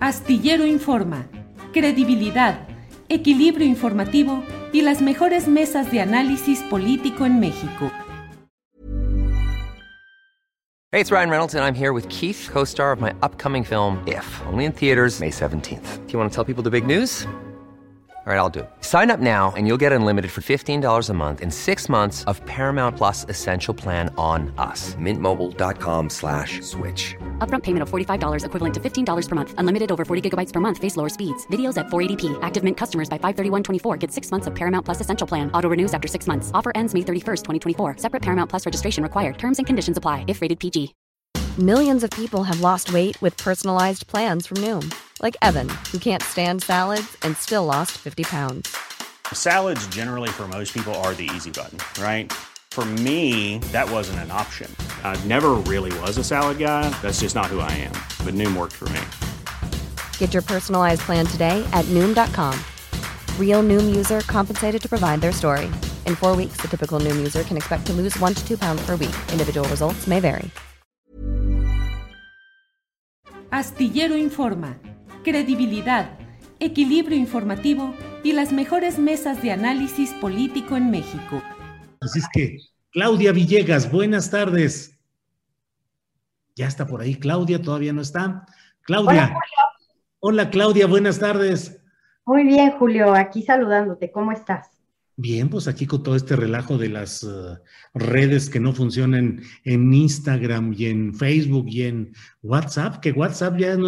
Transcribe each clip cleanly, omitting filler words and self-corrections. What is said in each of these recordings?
Astillero Informa, credibilidad, equilibrio informativo y las mejores mesas de análisis político en México. Hey, it's Ryan Reynolds, and I'm here with Keith, co-star of my upcoming film, If, only in theaters May 17th. Do you want to tell people the big news? All right, I'll do it. Sign up now and you'll get unlimited for $15 a month and 6 months of Paramount Plus Essential Plan on us. MintMobile.com/switch. Upfront payment of $45 equivalent to $15 per month. Unlimited over 40 gigabytes per month. Face lower speeds. Videos at 480p. Active Mint customers by 531.24 get 6 months of Paramount Plus Essential Plan. Auto renews after 6 months. Offer ends May 31st, 2024. Separate Paramount Plus registration required. Terms and conditions apply if rated PG. Millions of people have lost weight with personalized plans from Noom. Like Evan, who can't stand salads and still lost 50 pounds. Salads generally for most people are the easy button, right? For me, that wasn't an option. I never really was a salad guy. That's just not who I am. But Noom worked for me. Get your personalized plan today at Noom.com. Real Noom user compensated to provide their story. In 4 weeks, the typical Noom user can expect to lose 1 to 2 pounds per week. Individual results may vary. Astillero Informa, credibilidad, equilibrio informativo y las mejores mesas de análisis político en México. Así es que, Claudia Villegas, buenas tardes. Ya está por ahí Claudia, todavía no está. Claudia. Hola Claudia, buenas tardes. Muy bien, Julio, aquí saludándote. ¿Cómo estás? Bien, pues aquí con todo este relajo de las redes que no funcionan en Instagram y en Facebook y en WhatsApp, que WhatsApp ya es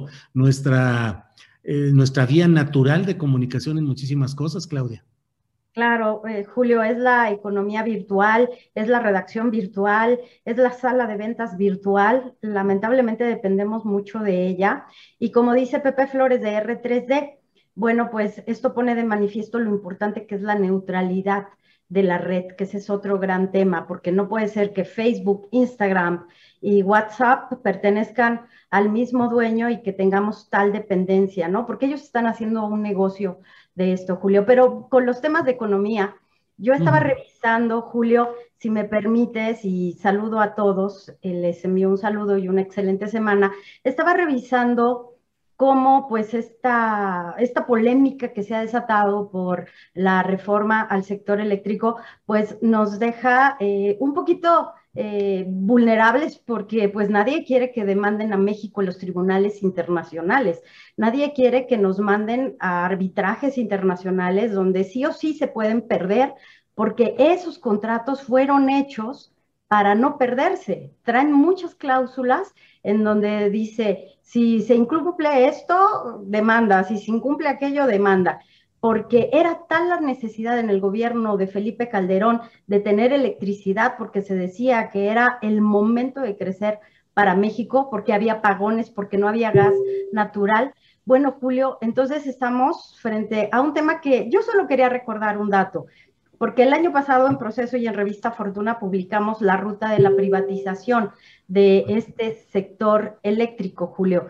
nuestra vía natural de comunicación en muchísimas cosas, Claudia. Claro, Julio, es la economía virtual, es la redacción virtual, es la sala de ventas virtual. Lamentablemente dependemos mucho de ella. Y como dice Pepe Flores de R3D, bueno, pues esto pone de manifiesto lo importante que es la neutralidad de la red, que ese es otro gran tema, porque no puede ser que Facebook, Instagram y WhatsApp pertenezcan al mismo dueño y que tengamos tal dependencia, ¿no? Porque ellos están haciendo un negocio de esto, Julio. Pero con los temas de economía, yo estaba revisando, Julio, si me permites, y saludo a todos, les envío un saludo y una excelente semana. Estaba revisando cómo pues esta polémica que se ha desatado por la reforma al sector eléctrico, pues nos deja un poquito vulnerables, porque pues nadie quiere que demanden a México en los tribunales internacionales, nadie quiere que nos manden a arbitrajes internacionales donde sí o sí se pueden perder, porque esos contratos fueron hechos para no perderse. Traen muchas cláusulas en donde dice, si se incumple esto, demanda, si se incumple aquello, demanda, porque era tal la necesidad en el gobierno de Felipe Calderón de tener electricidad, porque se decía que era el momento de crecer para México, porque había apagones, porque no había gas natural. Bueno, Julio, entonces estamos frente a un tema que yo solo quería recordar un dato, porque el año pasado en Proceso y en Revista Fortuna publicamos la ruta de la privatización de este sector eléctrico, Julio.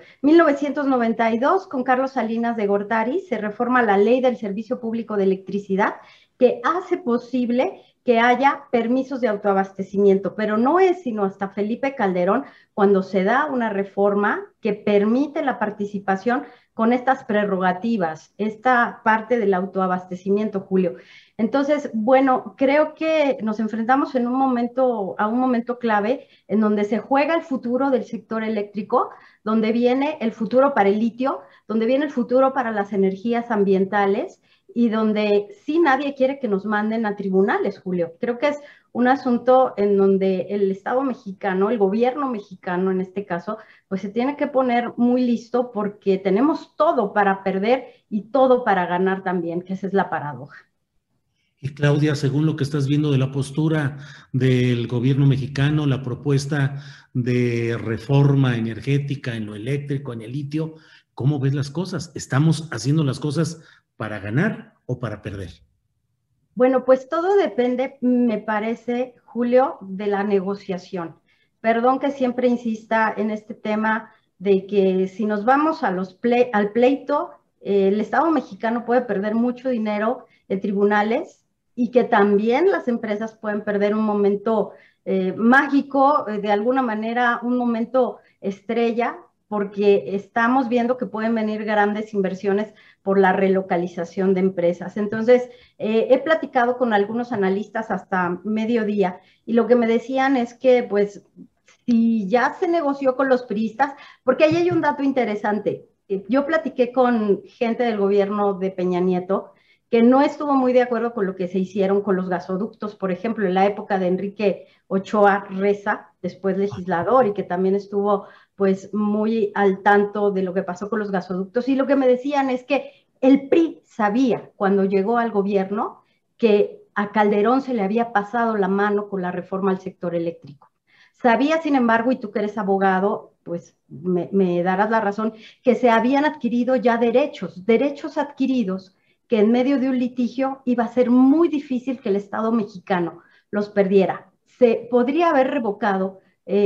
1992, con Carlos Salinas de Gortari, se reforma la Ley del Servicio Público de Electricidad, que hace posible que haya permisos de autoabastecimiento, pero no es sino hasta Felipe Calderón cuando se da una reforma que permite la participación con estas prerrogativas, esta parte del autoabastecimiento, Julio. Entonces, bueno, creo que nos enfrentamos a un momento clave en donde se juega el futuro del sector eléctrico, donde viene el futuro para el litio, donde viene el futuro para las energías ambientales y donde sí nadie quiere que nos manden a tribunales, Julio. Creo que es un asunto en donde el Estado mexicano, el gobierno mexicano en este caso, pues se tiene que poner muy listo porque tenemos todo para perder y todo para ganar también, que esa es la paradoja. Y Claudia, según lo que estás viendo de la postura del gobierno mexicano, la propuesta de reforma energética en lo eléctrico, en el litio, ¿cómo ves las cosas? ¿Estamos haciendo las cosas para ganar o para perder? Bueno, pues todo depende, me parece, Julio, de la negociación. Perdón que siempre insista en este tema de que si nos vamos a al pleito, el Estado mexicano puede perder mucho dinero en tribunales y que también las empresas pueden perder un momento mágico, de alguna manera un momento estrella, porque estamos viendo que pueden venir grandes inversiones por la relocalización de empresas. Entonces, he platicado con algunos analistas hasta mediodía y lo que me decían es que, pues, si ya se negoció con los priistas, porque ahí hay un dato interesante. Yo platiqué con gente del gobierno de Peña Nieto que no estuvo muy de acuerdo con lo que se hicieron con los gasoductos, por ejemplo, en la época de Enrique Ochoa Reza, después legislador, y que también estuvo pues muy al tanto de lo que pasó con los gasoductos. Y lo que me decían es que el PRI sabía cuando llegó al gobierno que a Calderón se le había pasado la mano con la reforma al sector eléctrico. Sabía, sin embargo, y tú que eres abogado, pues me darás la razón, que se habían adquirido ya derechos adquiridos que en medio de un litigio iba a ser muy difícil que el Estado mexicano los perdiera. Se podría haber revocado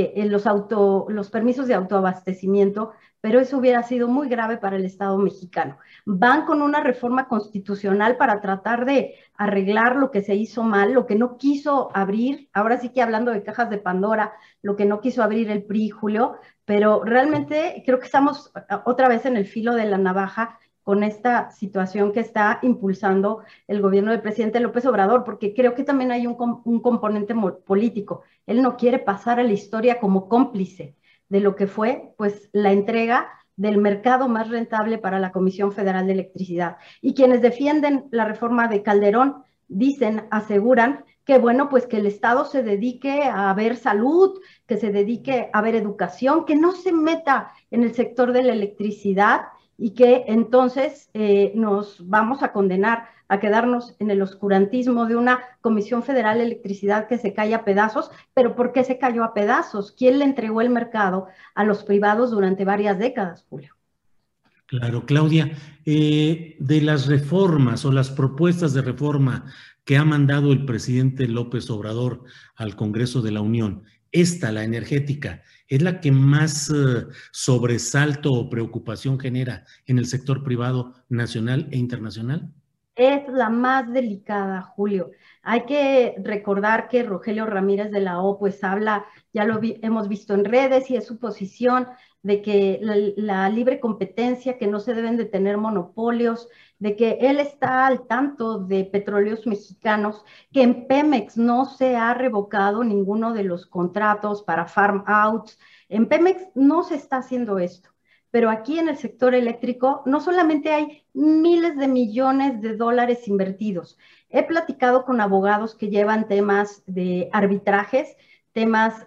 los permisos de autoabastecimiento, pero eso hubiera sido muy grave para el Estado mexicano. Van con una reforma constitucional para tratar de arreglar lo que se hizo mal, lo que no quiso abrir, ahora sí que hablando de cajas de Pandora, lo que no quiso abrir el PRI, Julio, pero realmente creo que estamos otra vez en el filo de la navaja con esta situación que está impulsando el gobierno del presidente López Obrador, porque creo que también hay un componente político. Él no quiere pasar a la historia como cómplice de lo que fue, pues, la entrega del mercado más rentable para la Comisión Federal de Electricidad. Y quienes defienden la reforma de Calderón dicen, aseguran que, bueno, pues que el Estado se dedique a ver salud, que se dedique a ver educación, que no se meta en el sector de la electricidad, y que entonces nos vamos a condenar a quedarnos en el oscurantismo de una Comisión Federal de Electricidad que se cae a pedazos. ¿Pero por qué se cayó a pedazos? ¿Quién le entregó el mercado a los privados durante varias décadas, Julio? Claro, Claudia, de las reformas o las propuestas de reforma que ha mandado el presidente López Obrador al Congreso de la Unión, la energética, ¿es la que más sobresalto o preocupación genera en el sector privado nacional e internacional? Es la más delicada, Julio. Hay que recordar que Rogelio Ramírez de la O, pues habla, ya hemos visto en redes, y es su posición de que la libre competencia, que no se deben de tener monopolios, de que él está al tanto de Petróleos Mexicanos, que en Pemex no se ha revocado ninguno de los contratos para farm outs. En Pemex no se está haciendo esto. Pero aquí en el sector eléctrico no solamente hay miles de millones de dólares invertidos. He platicado con abogados que llevan temas de arbitrajes, temas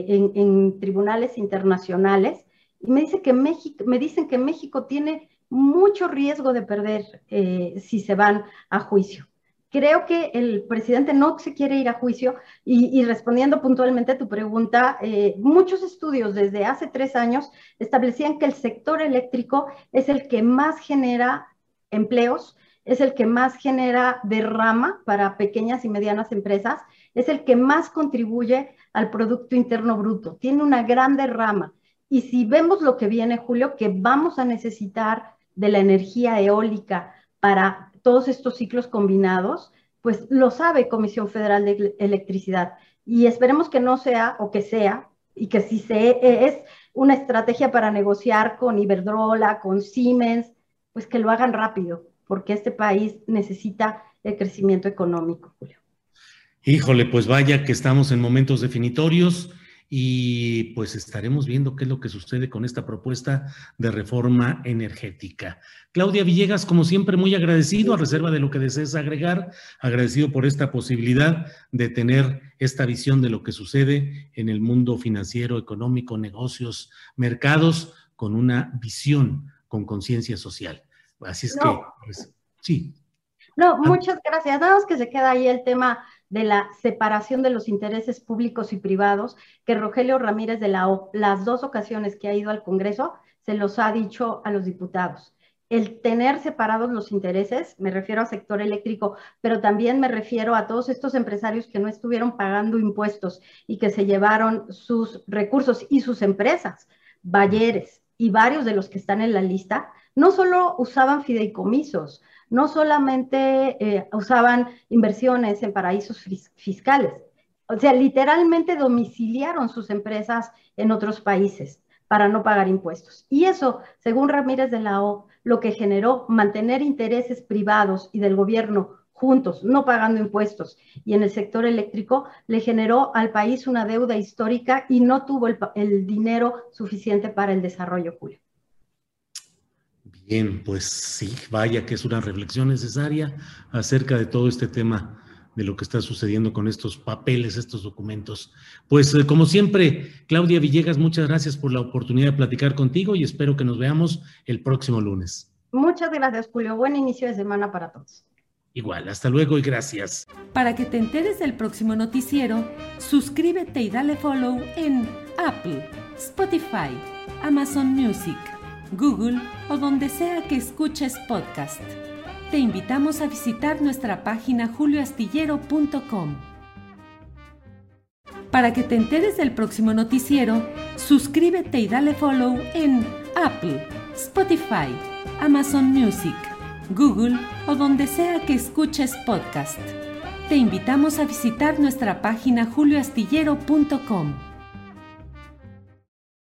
en tribunales internacionales, y me dicen que México tiene mucho riesgo de perder si se van a juicio. Creo que el presidente no se quiere ir a juicio y respondiendo puntualmente a tu pregunta, muchos estudios desde hace 3 años establecían que el sector eléctrico es el que más genera empleos, es el que más genera derrama para pequeñas y medianas empresas, es el que más contribuye al Producto Interno Bruto, tiene una gran derrama. Y si vemos lo que viene, Julio, que vamos a necesitar de la energía eólica para todos estos ciclos combinados, pues lo sabe Comisión Federal de Electricidad. Y esperemos que no sea, o que sea, y que si es una estrategia para negociar con Iberdrola, con Siemens, pues que lo hagan rápido, porque este país necesita el crecimiento económico, Julio. Híjole, pues vaya que estamos en momentos definitorios y pues estaremos viendo qué es lo que sucede con esta propuesta de reforma energética. Claudia Villegas, como siempre, muy agradecido, a reserva de lo que desees agregar, agradecido por esta posibilidad de tener esta visión de lo que sucede en el mundo financiero, económico, negocios, mercados, con una visión, con conciencia social. Así es que, pues, sí. No, muchas gracias. Nada más que se queda ahí el tema de la separación de los intereses públicos y privados, que Rogelio Ramírez de la O, las 2 ocasiones que ha ido al Congreso, se los ha dicho a los diputados. El tener separados los intereses, me refiero al sector eléctrico, pero también me refiero a todos estos empresarios que no estuvieron pagando impuestos y que se llevaron sus recursos y sus empresas, Bayeres y varios de los que están en la lista, no solo usaban fideicomisos, no solamente usaban inversiones en paraísos fiscales, o sea, literalmente domiciliaron sus empresas en otros países para no pagar impuestos. Y eso, según Ramírez de la O, lo que generó mantener intereses privados y del gobierno juntos, no pagando impuestos, y en el sector eléctrico, le generó al país una deuda histórica y no tuvo el dinero suficiente para el desarrollo, Julio. Bien, pues sí, vaya que es una reflexión necesaria acerca de todo este tema de lo que está sucediendo con estos papeles, estos documentos. Pues como siempre, Claudia Villegas, muchas gracias por la oportunidad de platicar contigo y espero que nos veamos el próximo lunes. Muchas gracias, Julio. Buen inicio de semana para todos. Igual, hasta luego y gracias. Para que te enteres del próximo noticiero, suscríbete y dale follow en Apple, Spotify, Amazon Music, Google o donde sea que escuches podcast. Te invitamos a visitar nuestra página julioastillero.com. Para que te enteres del próximo noticiero, suscríbete y dale follow en Apple, Spotify, Amazon Music, Google o donde sea que escuches podcast. Te invitamos a visitar nuestra página julioastillero.com.